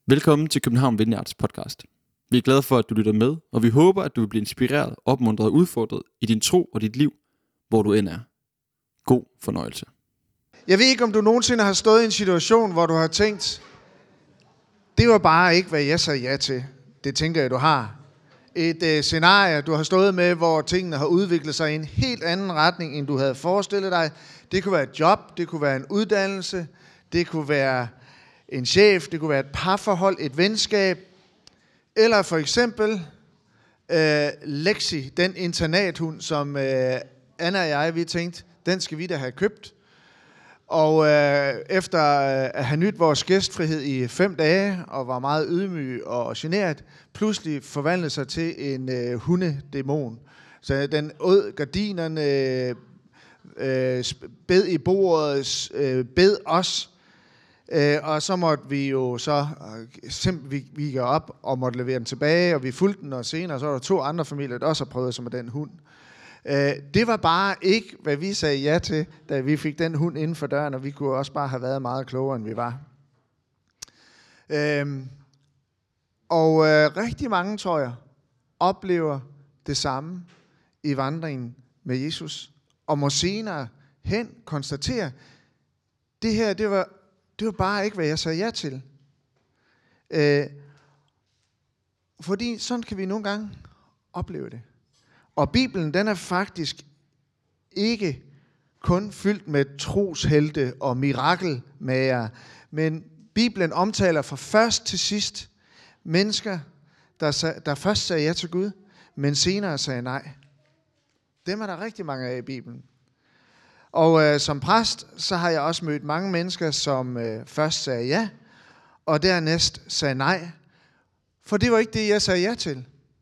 Velkommen til København Vineyards podcast. Vi er glade for, at du lytter med, og vi håber, at du vil blive inspireret, opmuntret og udfordret i din tro og dit liv, hvor du end er. God fornøjelse. Jeg ved ikke, om du nogensinde har stået i en situation, hvor du har tænkt, det var bare ikke, hvad jeg sagde ja til. Det tænker jeg, du har. Et scenarie, du har stået med, hvor tingene har udviklet sig i en helt anden retning, end du havde forestillet dig. Det kunne være et job, det kunne være en uddannelse, det kunne være en chef, det kunne være et parforhold, et venskab. Eller for eksempel Lexi, den internathund, som Anna og jeg, vi tænkte, den skal vi da have købt. Og efter at have nydt vores gæstfrihed i 5 dage, og var meget ydmyg og generet, pludselig forvandlede sig til en hundedæmon. Så den åd gardinerne, bed i bordet, bed os. Og så måtte vi jo vi gik op og måtte levere den tilbage, og vi fulgte den, og senere så var der 2 andre familier, der også har prøvet sig med den hund. Det var bare ikke, hvad vi sagde ja til, da vi fik den hund inden for døren, og vi kunne også bare have været meget klogere, end vi var. Rigtig mange, tror jeg, oplever det samme i vandringen med Jesus, og må senere hen konstatere, det her, det var bare ikke, hvad jeg sagde ja til. Fordi sådan kan vi nogle gange opleve det. Og Bibelen, den er faktisk ikke kun fyldt med troshelte og mirakelmager, men Bibelen omtaler fra først til sidst mennesker, der først sagde ja til Gud, men senere sagde nej. Dem er der rigtig mange af i Bibelen. Og som præst, så har jeg også mødt mange mennesker, som først sagde ja, og dernæst sagde nej. For det var ikke det, jeg sagde ja til.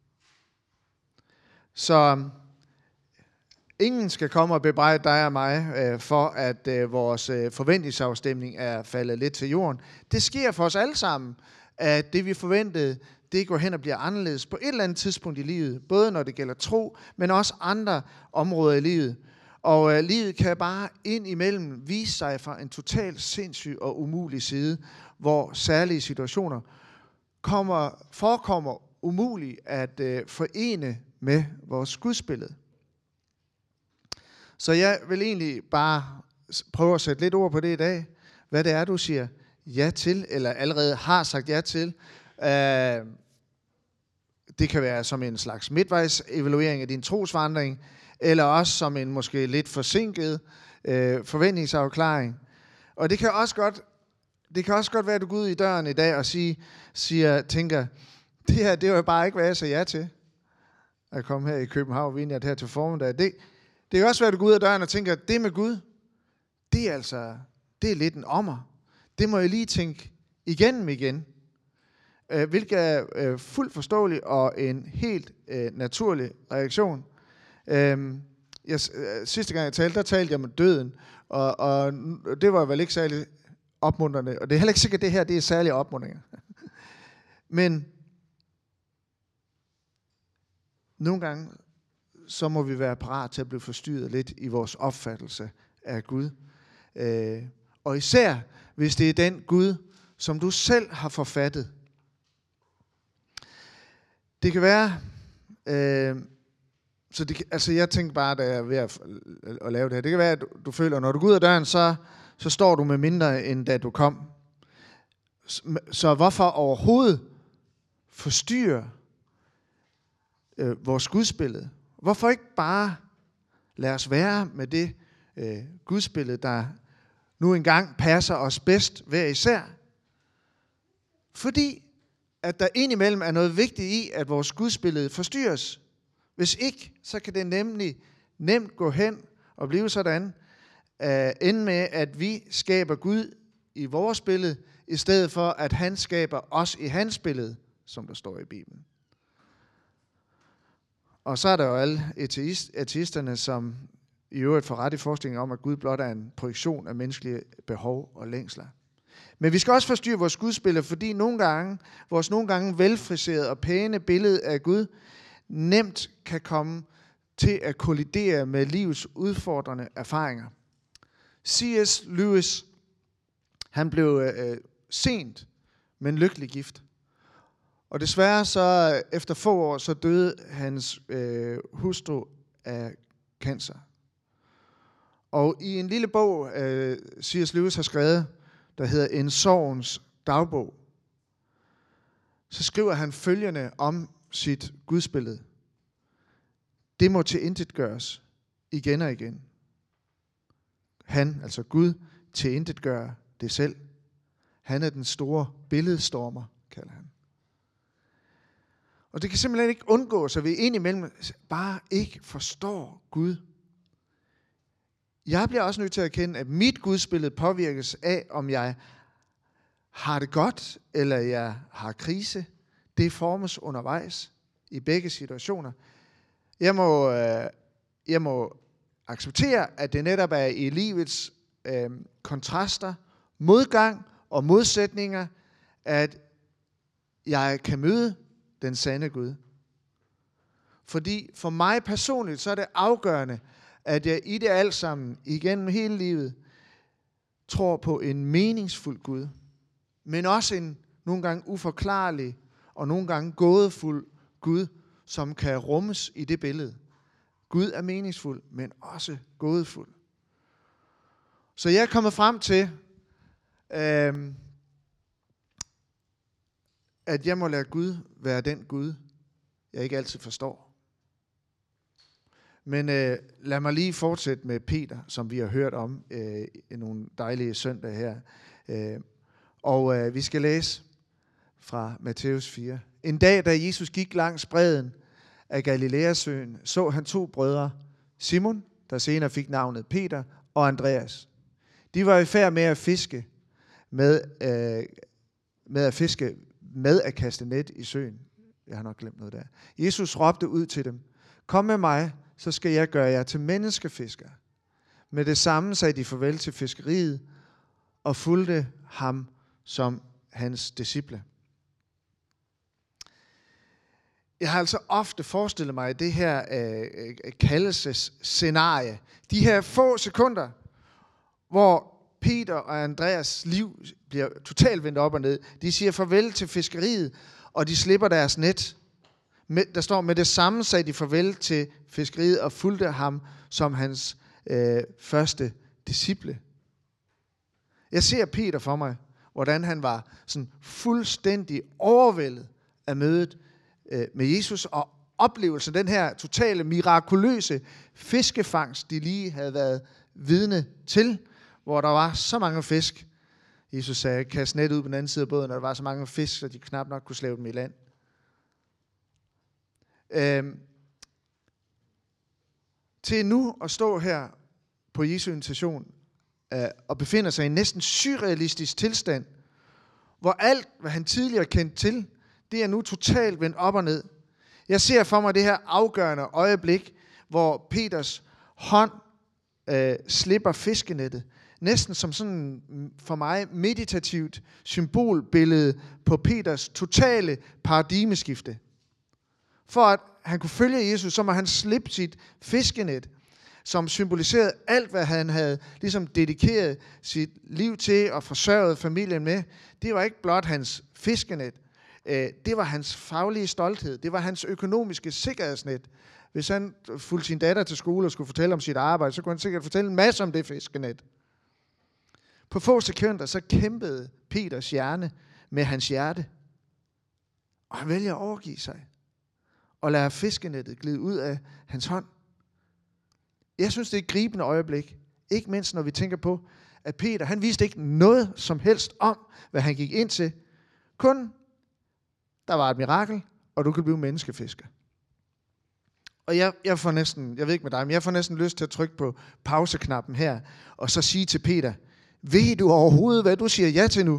Så ingen skal komme og bebrejde dig og mig for, at vores forventningsafstemning er faldet lidt til jorden. Det sker for os alle sammen, at det vi forventede, det går hen og bliver anderledes på et eller andet tidspunkt i livet. Både når det gælder tro, men også andre områder i livet. Og livet kan bare indimellem vise sig fra en totalt sindssyg og umulig side, hvor særlige situationer forekommer umuligt at forene med vores gudsbillede. Så jeg vil egentlig bare prøve at sætte lidt ord på det i dag. Hvad det er, du siger ja til, eller allerede har sagt ja til. Det kan være som en slags midtvejsevaluering af din trosvandring, eller også som en måske lidt forsinket forventningsafklaring. Og det kan også godt være, at du går ud i døren i dag og tænker, det her, det var bare ikke, hvad jeg sagde ja til. At komme her i København Vineyard her til formiddag. Det kan også være, at du går ud af døren og tænker, at det med Gud, det er lidt en ommer. Det må jeg lige tænke igen. Hvilket er fuldt forståeligt og en helt naturlig reaktion. Sidste gang jeg talte, der talte jeg om døden, og det var vel ikke særlig opmuntrende, og det er heller ikke sikkert, at det her det er særlig opmuntrende. Men nogle gange, så må vi være parat til at blive forstyrret lidt i vores opfattelse af Gud. Og især, hvis det er den Gud, som du selv har forfattet. Det kan være, jeg tænker bare, da jeg er ved at lave det her, det kan være, at du føler, når du går ud af døren, så står du med mindre, end da du kom. Så hvorfor overhovedet forstyrre vores gudsbillede? Hvorfor ikke bare lade os være med det gudsbillede, der nu engang passer os bedst hver især? Fordi at der indimellem er noget vigtigt i, at vores gudsbillede forstyrres. Hvis ikke, så kan det nemlig nemt gå hen og blive sådan, ende med, at vi skaber Gud i vores billede, i stedet for, at han skaber os i hans billede, som der står i Bibelen. Og så er der jo alle ateisterne, som i øvrigt får ret i forskningen om, at Gud blot er en projektion af menneskelige behov og længsler. Men vi skal også forstyrre vores gudsbillede, fordi vores nogle gange velfriserede og pæne billede af Gud nemt kan komme til at kollidere med livets udfordrende erfaringer. C.S. Lewis, han blev sent men lykkelig gift. Og desværre så efter få år, så døde hans hustru af cancer. Og i en lille bog, C.S. Lewis har skrevet, der hedder En sorgens dagbog, så skriver han følgende om sit gudsbillede. Det må tilintetgøres igen og igen. Han, altså Gud, tilintetgør det selv. Han er den store billedstormer, kalder han. Og det kan simpelthen ikke undgås, at vi indimellem bare ikke forstår Gud. Jeg bliver også nødt til at erkende, at mit gudsbillede påvirkes af, om jeg har det godt, eller jeg har krise. Det formes undervejs i begge situationer. Jeg må acceptere, at det netop er i livets kontraster, modgang og modsætninger, at jeg kan møde den sande Gud. Fordi for mig personligt, så er det afgørende, at jeg i det alt sammen, igennem hele livet, tror på en meningsfuld Gud, men også en nogle gange uforklarlig og nogle gange gådefuld Gud, som kan rummes i det billede. Gud er meningsfuld, men også gådefuld. Så jeg er kommet frem til, at jeg må lade Gud være den Gud, jeg ikke altid forstår. Men lad mig lige fortsætte med Peter, som vi har hørt om i nogle dejlige søndage her. Og vi skal læse fra Matthæus 4. En dag, da Jesus gik langs bredden af Galilæasøen, så han 2 brødre, Simon, der senere fik navnet Peter, og Andreas. De var i færd med at fiske, med at kaste net i søen. Jeg har nok glemt noget der. Jesus råbte ud til dem, kom med mig, så skal jeg gøre jer til menneskefiskere. Med det samme sagde de farvel til fiskeriet, og fulgte ham som hans disciple. Jeg har altså ofte forestillet mig det her kaldelsesscenarie. De her få sekunder, hvor Peter og Andreas liv bliver totalt vendt op og ned. De siger farvel til fiskeriet, og de slipper deres net. Der står, med det samme sagde de farvel til fiskeriet og fulgte ham som hans første disciple. Jeg ser Peter for mig, hvordan han var sådan fuldstændig overvældet af mødet med Jesus og oplevelsen, den her totale mirakuløse fiskefangst, de lige havde været vidne til, hvor der var så mange fisk. Jesus sagde, kast net ud på den anden side af båden, og der var så mange fisk, så de knap nok kunne slæve dem i land. Til nu at stå her på Jesu invitation og befinde sig i en næsten surrealistisk tilstand, hvor alt, hvad han tidligere kendte til, det er nu totalt vendt op og ned. Jeg ser for mig det her afgørende øjeblik, hvor Peters hånd slipper fiskenettet. Næsten som sådan for mig meditativt symbolbillede på Peters totale paradigmeskifte. For at han kunne følge Jesus, så må han slippe sit fiskenet, som symboliserede alt, hvad han havde ligesom dedikeret sit liv til og forsørget familien med. Det var ikke blot hans fiskenet. Det var hans faglige stolthed. Det var hans økonomiske sikkerhedsnet. Hvis han fulgte sin datter til skole og skulle fortælle om sit arbejde, så kunne han sikkert fortælle en masse om det fiskenet. På få sekunder, så kæmpede Peters hjerne med hans hjerte. Og han vælger at overgive sig og lader fiskenettet glide ud af hans hånd. Jeg synes, det er et gribende øjeblik. Ikke mindst, når vi tænker på, at Peter, han vidste ikke noget som helst om, hvad han gik ind til. Kun, der var et mirakel, og du kan blive menneskefisker. Og jeg får næsten, jeg ved ikke med dig, men jeg får næsten lyst til at trykke på pauseknappen her, og så sige til Peter, ved du overhovedet, hvad du siger ja til nu?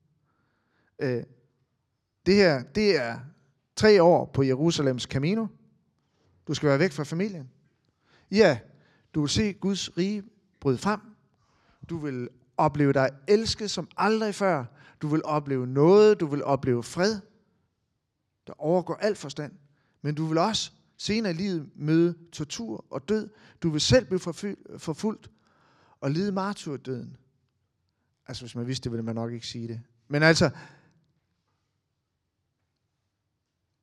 Det her, det er 3 år på Jerusalems Camino. Du skal være væk fra familien. Ja, du vil se Guds rige bryde frem. Du vil opleve dig elsket som aldrig før. Du vil opleve noget, du vil opleve fred, der overgår al forstand. Men du vil også senere i livet møde tortur og død. Du vil selv blive forfulgt og lide martyrdøden. Altså hvis man vidste det, ville man nok ikke sige det. Men altså,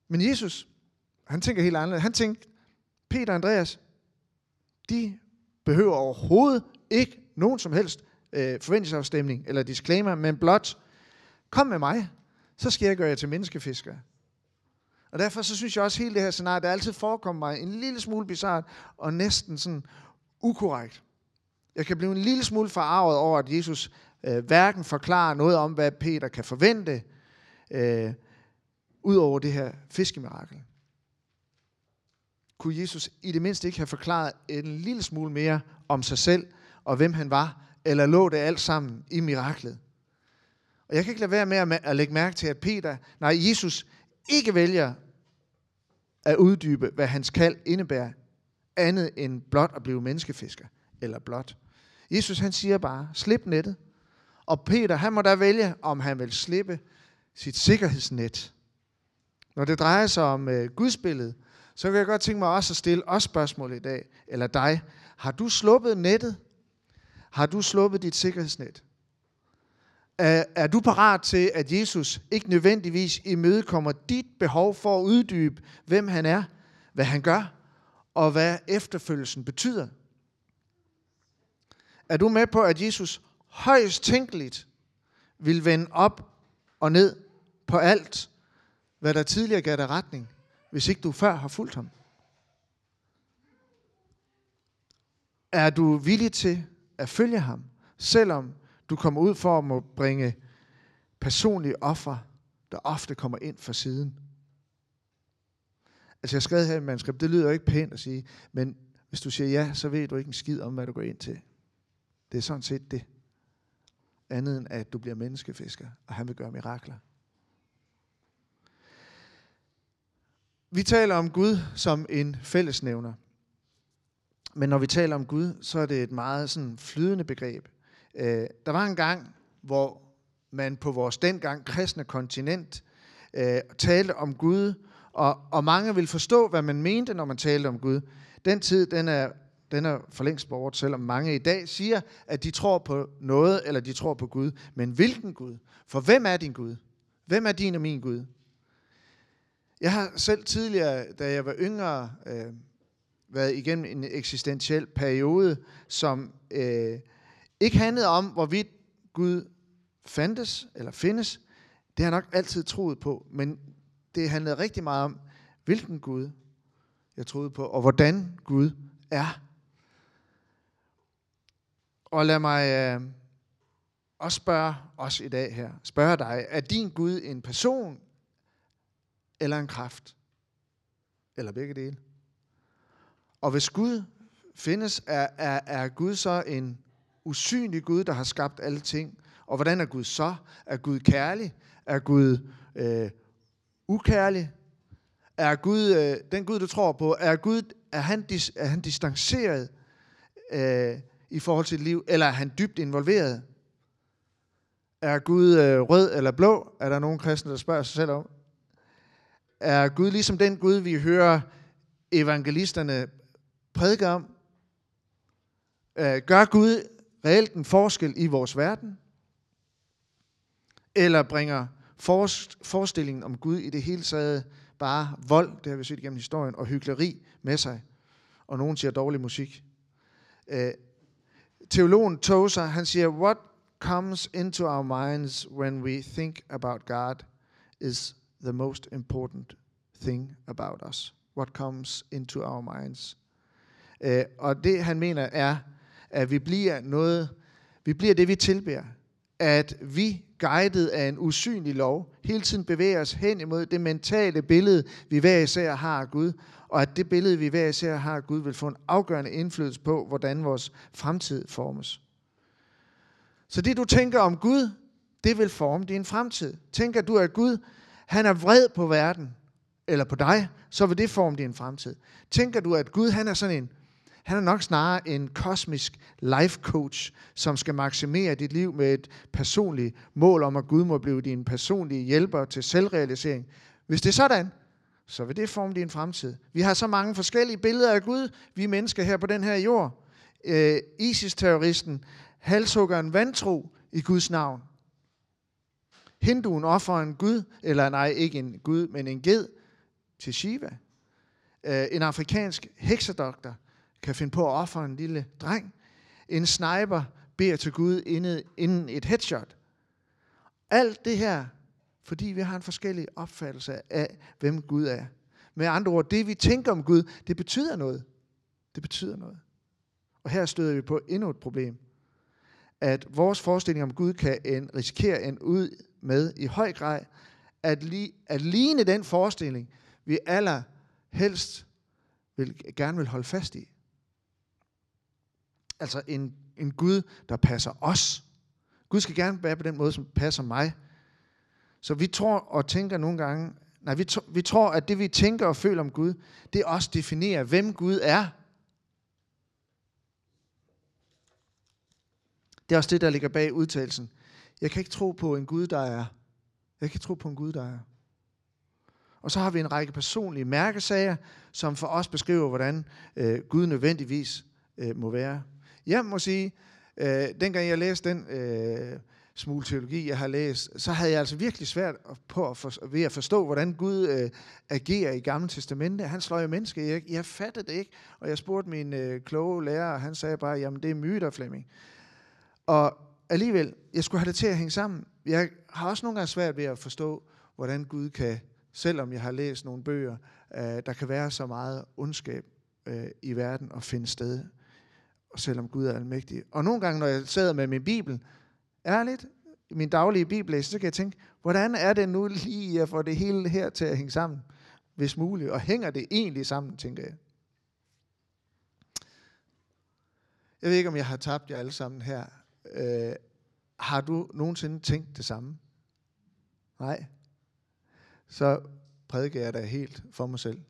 Men Jesus, han tænker helt anderledes. Han tænker, Peter og Andreas, de behøver overhovedet ikke nogen som helst forventningsafstemning eller disclaimer, men blot, kom med mig, så skal jeg gøre jer til menneskefiskere. Og derfor så synes jeg også, hele det her scenarie, der altid forekommer mig en lille smule bizarrt og næsten sådan ukorrekt. Jeg kan blive en lille smule forarvet over, at Jesus hverken forklarer noget om, hvad Peter kan forvente, ud over det her fiskemirakel. Kunne Jesus i det mindste ikke have forklaret en lille smule mere om sig selv og hvem han var, eller lå det alt sammen i miraklet? Og jeg kan ikke lade være med at lægge mærke til, at Jesus ikke vælger at uddybe, hvad hans kald indebærer, andet end blot at blive menneskefisker, eller blot. Jesus han siger bare, slip nettet. Og Peter, han må da vælge, om han vil slippe sit sikkerhedsnet. Når det drejer sig om gudsbilledet, så kan jeg godt tænke mig også at stille os spørgsmål i dag, eller dig. Har du sluppet nettet? Har du sluppet dit sikkerhedsnet? Er du parat til, at Jesus ikke nødvendigvis imødekommer dit behov for at uddybe, hvem han er, hvad han gør, og hvad efterfølgelsen betyder? Er du med på, at Jesus højst tænkeligt vil vende op og ned på alt, hvad der tidligere gav dig retning, hvis ikke du før har fulgt ham? Er du villig til at følge ham, selvom du kommer ud for at må bringe personlige ofre, der ofte kommer ind fra siden? Altså jeg har skrevet her i manuskript, det lyder jo ikke pænt at sige, men hvis du siger ja, så ved du ikke en skid om, hvad du går ind til. Det er sådan set det. Andet end at du bliver menneskefisker, og han vil gøre mirakler. Vi taler om Gud som en fællesnævner. Men når vi taler om Gud, så er det et meget sådan flydende begreb. Der var en gang, hvor man på vores dengang kristne kontinent talte om Gud, og mange ville forstå, hvad man mente, når man talte om Gud. Den tid, den er for længst bort, selvom mange i dag siger, at de tror på noget, eller de tror på Gud. Men hvilken Gud? For hvem er din Gud? Hvem er din og min Gud? Jeg har selv tidligere, da jeg var yngre, været igennem en eksistentiel periode, som ikke handlede om, hvorvidt Gud fandtes eller findes. Det har jeg nok altid troet på, men det handlede rigtig meget om, hvilken Gud jeg troede på, og hvordan Gud er. Og lad mig også spørge os i dag her, spørge dig, er din Gud en person eller en kraft? Eller begge dele? Og hvis Gud findes, er Gud så en usynlig Gud, der har skabt alle ting? Og hvordan er Gud så? Er Gud kærlig? Er Gud ukærlig? Er Gud den Gud, du tror på? Er han distanceret i forhold til dit liv? Eller er han dybt involveret? Er Gud rød eller blå? Er der nogen kristne, der spørger sig selv om? Er Gud ligesom den Gud, vi hører evangelisterne prædike om? Gør Gud reelt en forskel i vores verden? Eller bringer forestillingen om Gud i det hele taget bare vold, det har vi set gennem historien, og hykleri med sig? Og nogen siger dårlig musik. Teologen Tozer, han siger, what comes into our minds when we think about God is the most important thing about us. What comes into our minds. Og det han mener er, at vi bliver det vi tilbærer. At vi, guidet af en usynlig lov, hele tiden bevæger os hen imod det mentale billede, vi hver især har af Gud, og at det billede, vi hver især har af Gud, vil få en afgørende indflydelse på, hvordan vores fremtid formes. Så det, du tænker om Gud, det vil forme din fremtid. Tænker du, at Gud, han er vred på verden, eller på dig, så vil det forme din fremtid. Tænker du, at Gud, han er nok snarere en kosmisk life coach, som skal maksimere dit liv med et personligt mål om, at Gud må blive din personlige hjælper til selvrealisering. Hvis det er sådan, så vil det forme din fremtid. Vi har så mange forskellige billeder af Gud, vi mennesker her på den her jord. ISIS-terroristen halshugger en vantro i Guds navn. Hinduen offrer en gud, eller nej, ikke en gud, men en ged, til Shiva. En afrikansk heksedoktor kan finde på at ofre en lille dreng. En sniper beder til Gud inden et headshot. Alt det her, fordi vi har en forskellig opfattelse af, hvem Gud er. Med andre ord, det vi tænker om Gud, det betyder noget. Det betyder noget. Og her støder vi på endnu et problem. At vores forestilling om Gud kan risikere en ud med i høj grad at ligne den forestilling, vi allerhelst gerne vil holde fast i. Altså en Gud, der passer os. Gud skal gerne være på den måde, som passer mig. Så vi tror og tænker nogle gange, vi tror, at det vi tænker og føler om Gud, det også definerer, hvem Gud er. Det er også det, der ligger bag udtalelsen. Jeg kan ikke tro på en Gud, der er. Jeg kan ikke tro på en Gud, der er. Og så har vi en række personlige mærkesager, som for os beskriver, hvordan Gud nødvendigvis må være. Jeg må sige, dengang jeg læste den smule teologi, jeg har læst, så havde jeg altså virkelig svært ved at forstå, hvordan Gud agerer i Gamle Testamente. Han slår jo mennesker. Jeg fattede det ikke, og jeg spurgte min kloge lærer, og han sagde bare, jamen det er myter, Flemming. Og alligevel, jeg skulle have det til at hænge sammen. Jeg har også nogle gange svært ved at forstå, hvordan Gud kan, selvom jeg har læst nogle bøger, der kan være så meget ondskab i verden og finde sted, og selvom Gud er almægtig. Og nogle gange, når jeg sidder med min bibel, ærligt, i min daglige bibellæsning, så kan jeg tænke, hvordan er det nu lige at få det hele her til at hænge sammen, hvis muligt, og hænger det egentlig sammen, tænker jeg. Jeg ved ikke, om jeg har tabt jer alle sammen her. Har du nogensinde tænkt det samme? Nej. Så prædiker jeg da helt for mig selv.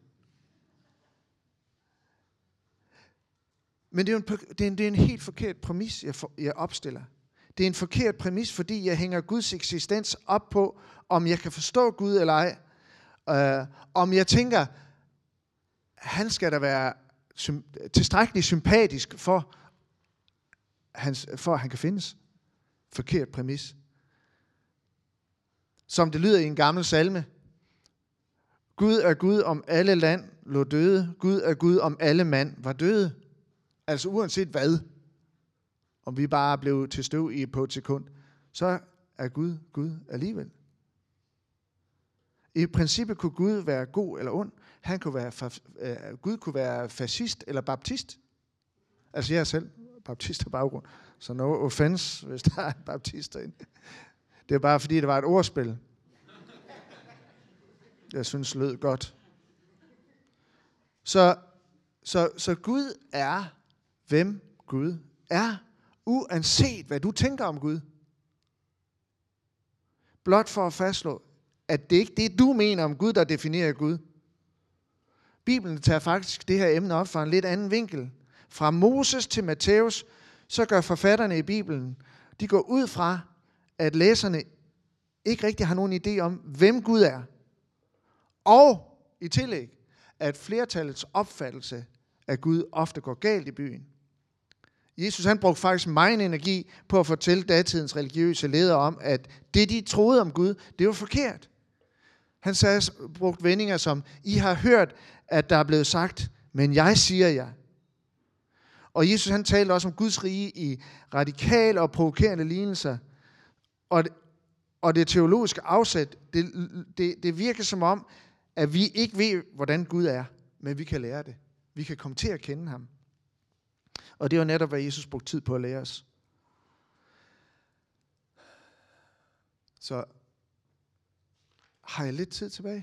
Men det er en helt forkert præmis, jeg opstiller. Det er en forkert præmis, fordi jeg hænger Guds eksistens op på, om jeg kan forstå Gud eller ej. Om jeg tænker, han skal da være tilstrækkeligt sympatisk for at han kan findes. Forkert præmis. Som det lyder i en gammel salme. Gud er Gud, om alle land lå døde. Gud er Gud, om alle mand var døde. Altså uanset hvad, om vi bare blev til støv på et sekund, så er Gud Gud alligevel. I princippet kunne Gud være god eller ond. Gud kunne være fascist eller baptist. Altså jeg er selv baptist af baggrund, så no offense, hvis der er en baptist derinde. Det er bare fordi, det var et ordspil. Jeg synes, lød godt. Så Gud er, hvem Gud er, uanset hvad du tænker om Gud. Blot for at fastslå, at det ikke er det, du mener om Gud, der definerer Gud. Bibelen tager faktisk det her emne op fra en lidt anden vinkel. Fra Moses til Matthæus, så gør forfatterne i Bibelen, de går ud fra, at læserne ikke rigtig har nogen idé om, hvem Gud er. Og i tillæg, at flertallets opfattelse af Gud ofte går galt i byen. Jesus han brugte faktisk meget energi på at fortælle datidens religiøse ledere om, at det de troede om Gud, det var forkert. Han brugte vendinger som, I har hørt, at der er blevet sagt, men jeg siger jer. Og Jesus han talte også om Guds rige i radikale og provokerende lignelser. Og det teologiske afsæt, det virker som om, at vi ikke ved, hvordan Gud er, men vi kan lære det. Vi kan komme til at kende ham. Og det var netop, hvad Jesus brugte tid på at lære os. Så har jeg lidt tid tilbage?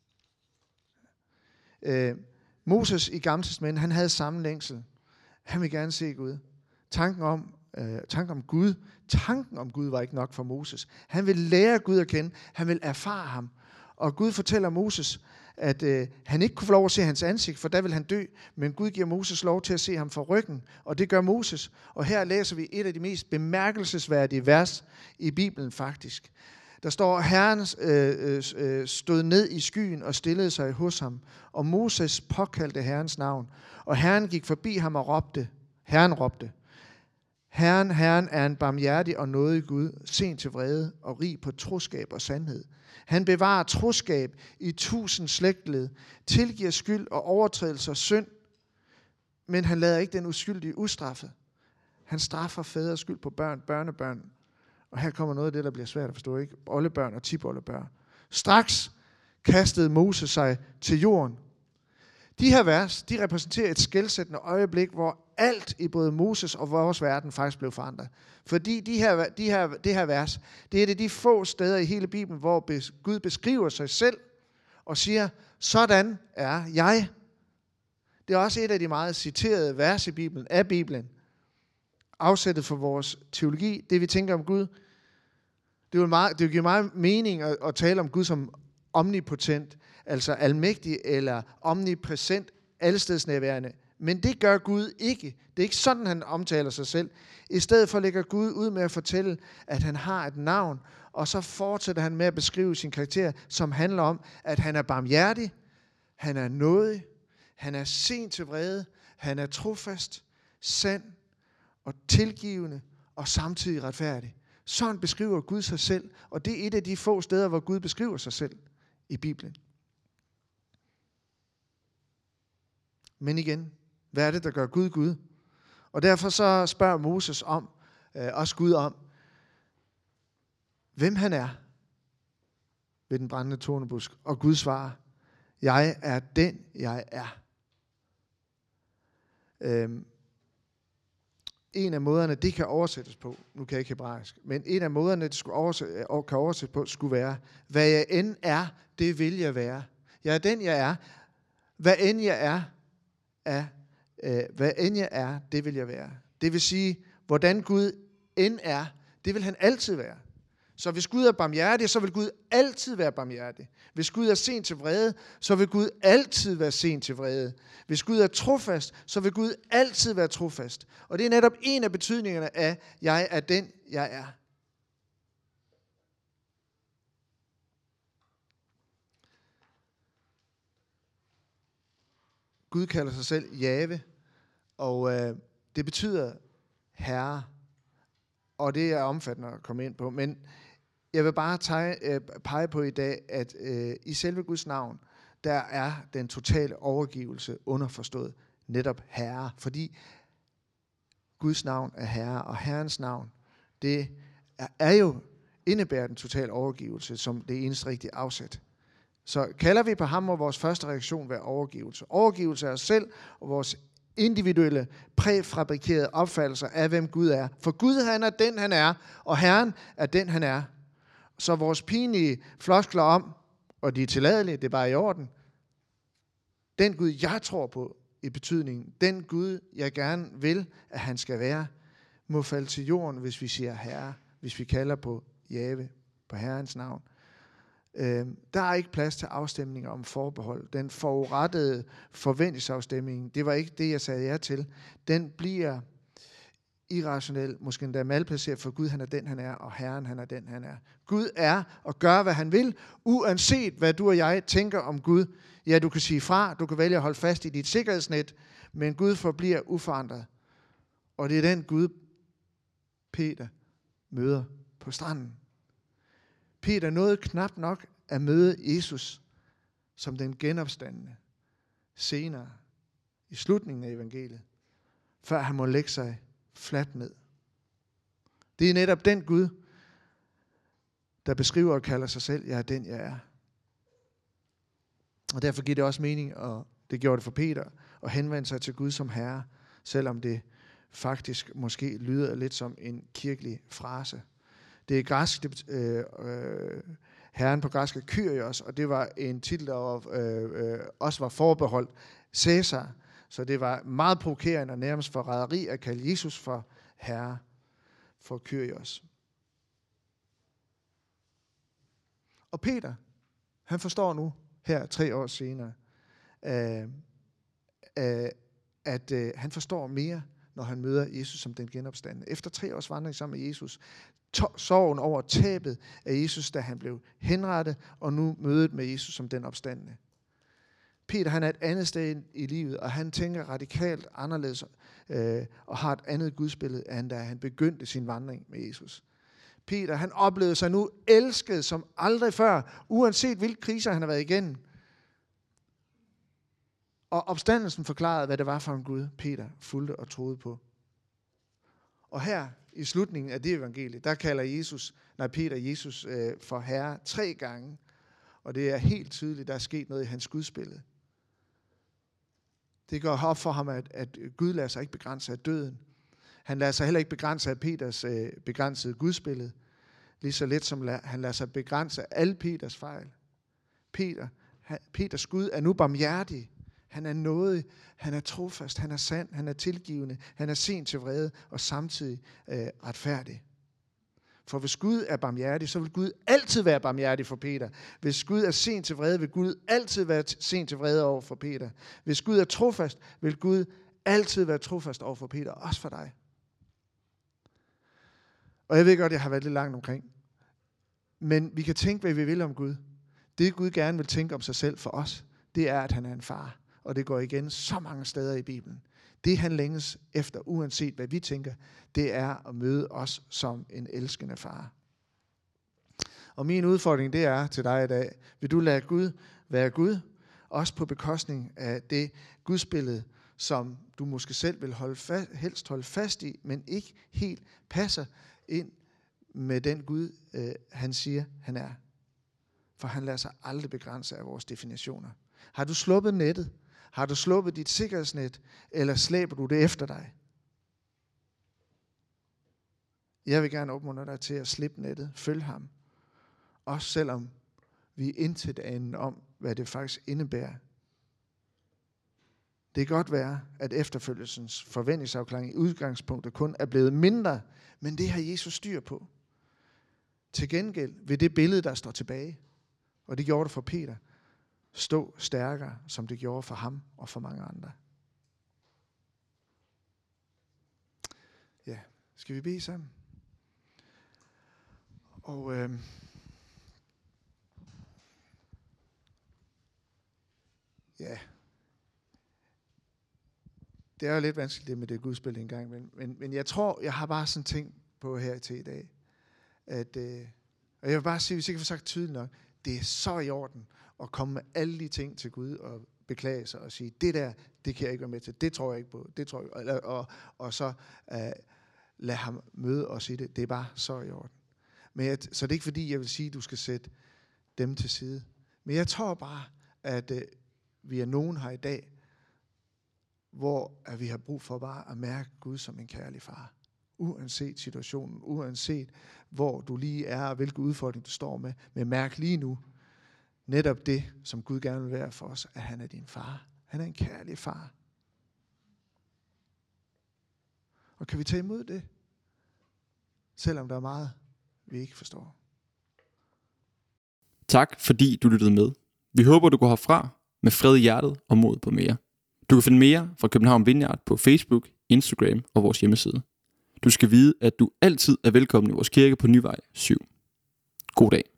Moses i Gamle Testament, han havde samme længsel. Han ville gerne se Gud. Tanken om Gud var ikke nok for Moses. Han ville lære Gud at kende. Han ville erfare ham. Og Gud fortæller Moses, at han ikke kunne få lov at se hans ansigt, for der vil han dø. Men Gud giver Moses lov til at se ham fra ryggen, og det gør Moses. Og her læser vi et af de mest bemærkelsesværdige vers i Bibelen faktisk. Der står, Herren stod ned i skyen og stillede sig hos ham, og Moses påkaldte Herrens navn. Og Herren gik forbi ham og råbte. Herren råbte. Herren er en barmhjertig og nådig Gud, sen til vrede og rig på troskab og sandhed. Han bevarer troskab i 1000 slægtled, tilgiver skyld og overtrædelser og synd, men han lader ikke den uskyldige ustraffet. Han straffer fædres skyld på børn, børnebørn. Og her kommer noget af det, der bliver svært at forstå, ikke? Oldebørn og tipoldebørn. Straks kastede Moses sig til jorden. De her vers, de repræsenterer et skelsættende øjeblik, hvor alt i både Moses og vores verden faktisk blev forandret. Fordi det her vers, det er et af de få steder i hele Bibelen, hvor Gud beskriver sig selv og siger, sådan er jeg. Det er også et af de meget citerede vers i Bibelen, af Bibelen. Afsættet for vores teologi, det vi tænker om Gud. Det giver meget mening at tale om Gud som omnipotent, altså almægtig eller omnipræsent, allestedsnærværende. Men det gør Gud ikke. Det er ikke sådan, han omtaler sig selv. I stedet for lægger Gud ud med at fortælle, at han har et navn, og så fortsætter han med at beskrive sin karakter, som handler om, at han er barmhjertig, han er nådig, han er sen til vrede, han er trofast, sand og tilgivende og samtidig retfærdig. Sådan beskriver Gud sig selv, og det er et af de få steder, hvor Gud beskriver sig selv i Bibelen. Men igen, hvad er det, der gør Gud Gud? Og derfor så spørger Moses også Gud om, hvem han er ved den brændende tornebusk. Og Gud svarer, jeg er den, jeg er. En af måderne, det kan oversættes på, nu kan jeg ikke hebraisk, men en af måderne, det kan oversættes på, skulle være, hvad jeg end er, det vil jeg være. Jeg er den, jeg er. Hvad end jeg er, det vil jeg være. Det vil sige, hvordan Gud end er, det vil han altid være. Så hvis Gud er barmhjertig, så vil Gud altid være barmhjertig. Hvis Gud er sen til vrede, så vil Gud altid være sen til vrede. Hvis Gud er trofast, så vil Gud altid være trofast. Og det er netop en af betydningerne af, jeg er den, jeg er. Gud kalder sig selv Jave, og det betyder herre. Og det er omfattende at komme ind på. Men jeg vil bare pege på i dag, at i selve Guds navn, der er den totale overgivelse underforstået netop herre. Fordi Guds navn er herre, og Herrens navn, det er jo indebærer den totale overgivelse som det eneste rigtige afsæt. Så kalder vi på ham, og vores første reaktion være overgivelse. Overgivelse af os selv og vores individuelle, præfabrikerede opfattelser af, hvem Gud er. For Gud, han er den, han er, og Herren er den, han er. Så vores pinlige floskler om, og de er tilladelige, det er bare i orden, den Gud, jeg tror på i betydningen, den Gud, jeg gerne vil, at han skal være, må falde til jorden, hvis vi siger herre, hvis vi kalder på Jave, på Herrens navn. Der er ikke plads til afstemninger om forbehold. Den forurettede forventningsafstemning, det var ikke det, jeg sagde ja til. Den bliver irrationel, måske endda malplaceret, for Gud, han er den, han er, og Herren, han er den, han er. Gud er og gør, hvad han vil, uanset hvad du og jeg tænker om Gud. Ja, du kan sige fra, du kan vælge at holde fast i dit sikkerhedsnet, men Gud forbliver uforandret. Og det er den Gud, Peter møder på stranden. Peter nåede knap nok at møde Jesus som den genopstandne senere i slutningen af evangeliet, før han må lægge sig fladt ned. Det er netop den Gud, der beskriver og kalder sig selv, jeg er den, jeg er. Og derfor giver det også mening, og det gjorde det for Peter, at henvende sig til Gud som Herre, selvom det faktisk måske lyder lidt som en kirkelig frase. Det er græsk, herren på græsk er Kyrios, og det var en titel, der også var forbeholdt Cæsar. Så det var meget provokerende og nærmest forræderi at kalde Jesus for herre for Kyrios. Og Peter, han forstår nu, her 3 år senere, at han forstår mere, når han møder Jesus som den genopstandne. Efter 3 års vandring sammen med Jesus, sorgen over tabet af Jesus, da han blev henrettet, og nu mødet med Jesus som den opstandne. Peter han er et andet sted i livet, og han tænker radikalt anderledes og har et andet gudsbillede, end da han begyndte sin vandring med Jesus. Peter han oplevede sig nu elsket som aldrig før, uanset hvilke kriser han har været igennem. Og opstandelsen forklarede, hvad det var for en Gud, Peter fulgte og troede på. Og her i slutningen af det evangelie, der kalder Peter Jesus for Herre 3 gange. Og det er helt tydeligt, der er sket noget i hans gudsbillede. Det går op for ham, at Gud lader sig ikke begrænse af døden. Han lader sig heller ikke begrænse af Peters begrænsede gudsbillede. Lige så let som han lader sig begrænse af alle Peters fejl. Peters Gud er nu barmhjertig. Han er nådig, han er trofast, han er sand, han er tilgivende, han er sen til vrede og samtidig retfærdig. For hvis Gud er barmhjertig, så vil Gud altid være barmhjertig for Peter. Hvis Gud er sen til vrede, vil Gud altid være sen til vrede over for Peter. Hvis Gud er trofast, vil Gud altid være trofast over for Peter, også for dig. Og jeg ved godt, jeg har været lidt langt omkring. Men vi kan tænke, hvad vi vil om Gud. Det Gud gerne vil tænke om sig selv for os, det er, at han er en far. Og det går igen så mange steder i Bibelen. Det han længes efter, uanset hvad vi tænker, det er at møde os som en elskende far. Og min udfordring, det er til dig i dag. Vil du lade Gud være Gud? Også på bekostning af det gudsbillede, som du måske selv vil helst holde fast i, men ikke helt passer ind med den Gud, han siger, han er. For han lader sig aldrig begrænse af vores definitioner. Har du sluppet nettet? Har du sluppet dit sikkerhedsnet, eller slæber du det efter dig? Jeg vil gerne opmuntre dig til at slippe nettet, følge ham. Også selvom vi er intet aner om, hvad det faktisk indebærer. Det kan godt være, at efterfølgelsens forventningsafklaring i udgangspunktet kun er blevet mindre, men det har Jesus styr på. Til gengæld vil det billede, der står tilbage, og det gjorde det for Peter, stå stærkere, som det gjorde for ham og for mange andre. Ja, skal vi bede sammen? Og ja, det er jo lidt vanskeligt det med det gudsbillede engang, men jeg tror, jeg har bare sådan tænkt på her til i dag, at, og jeg vil bare sige, hvis jeg ikke får sagt tydeligt nok, det er så i orden at komme med alle de ting til Gud og beklage sig og sige, det der, det kan jeg ikke være med til, det tror jeg ikke på, det tror jeg, og så lad ham møde os i det. Det er bare så i orden. Så det er ikke fordi, jeg vil sige, at du skal sætte dem til side. Men jeg tror bare, at vi er nogen her i dag, hvor at vi har brug for bare at mærke Gud som en kærlig far. Uanset situationen, uanset hvor du lige er, og hvilke udfordringer du står med. Men mærk lige nu, netop det, som Gud gerne vil være for os, at han er din far. Han er en kærlig far. Og kan vi tage imod det? Selvom der er meget, vi ikke forstår. Tak fordi du lyttede med. Vi håber, du går herfra med fred i hjertet og mod på mere. Du kan finde mere fra København Vineyard på Facebook, Instagram og vores hjemmeside. Du skal vide, at du altid er velkommen i vores kirke på Nyvej 7. God dag.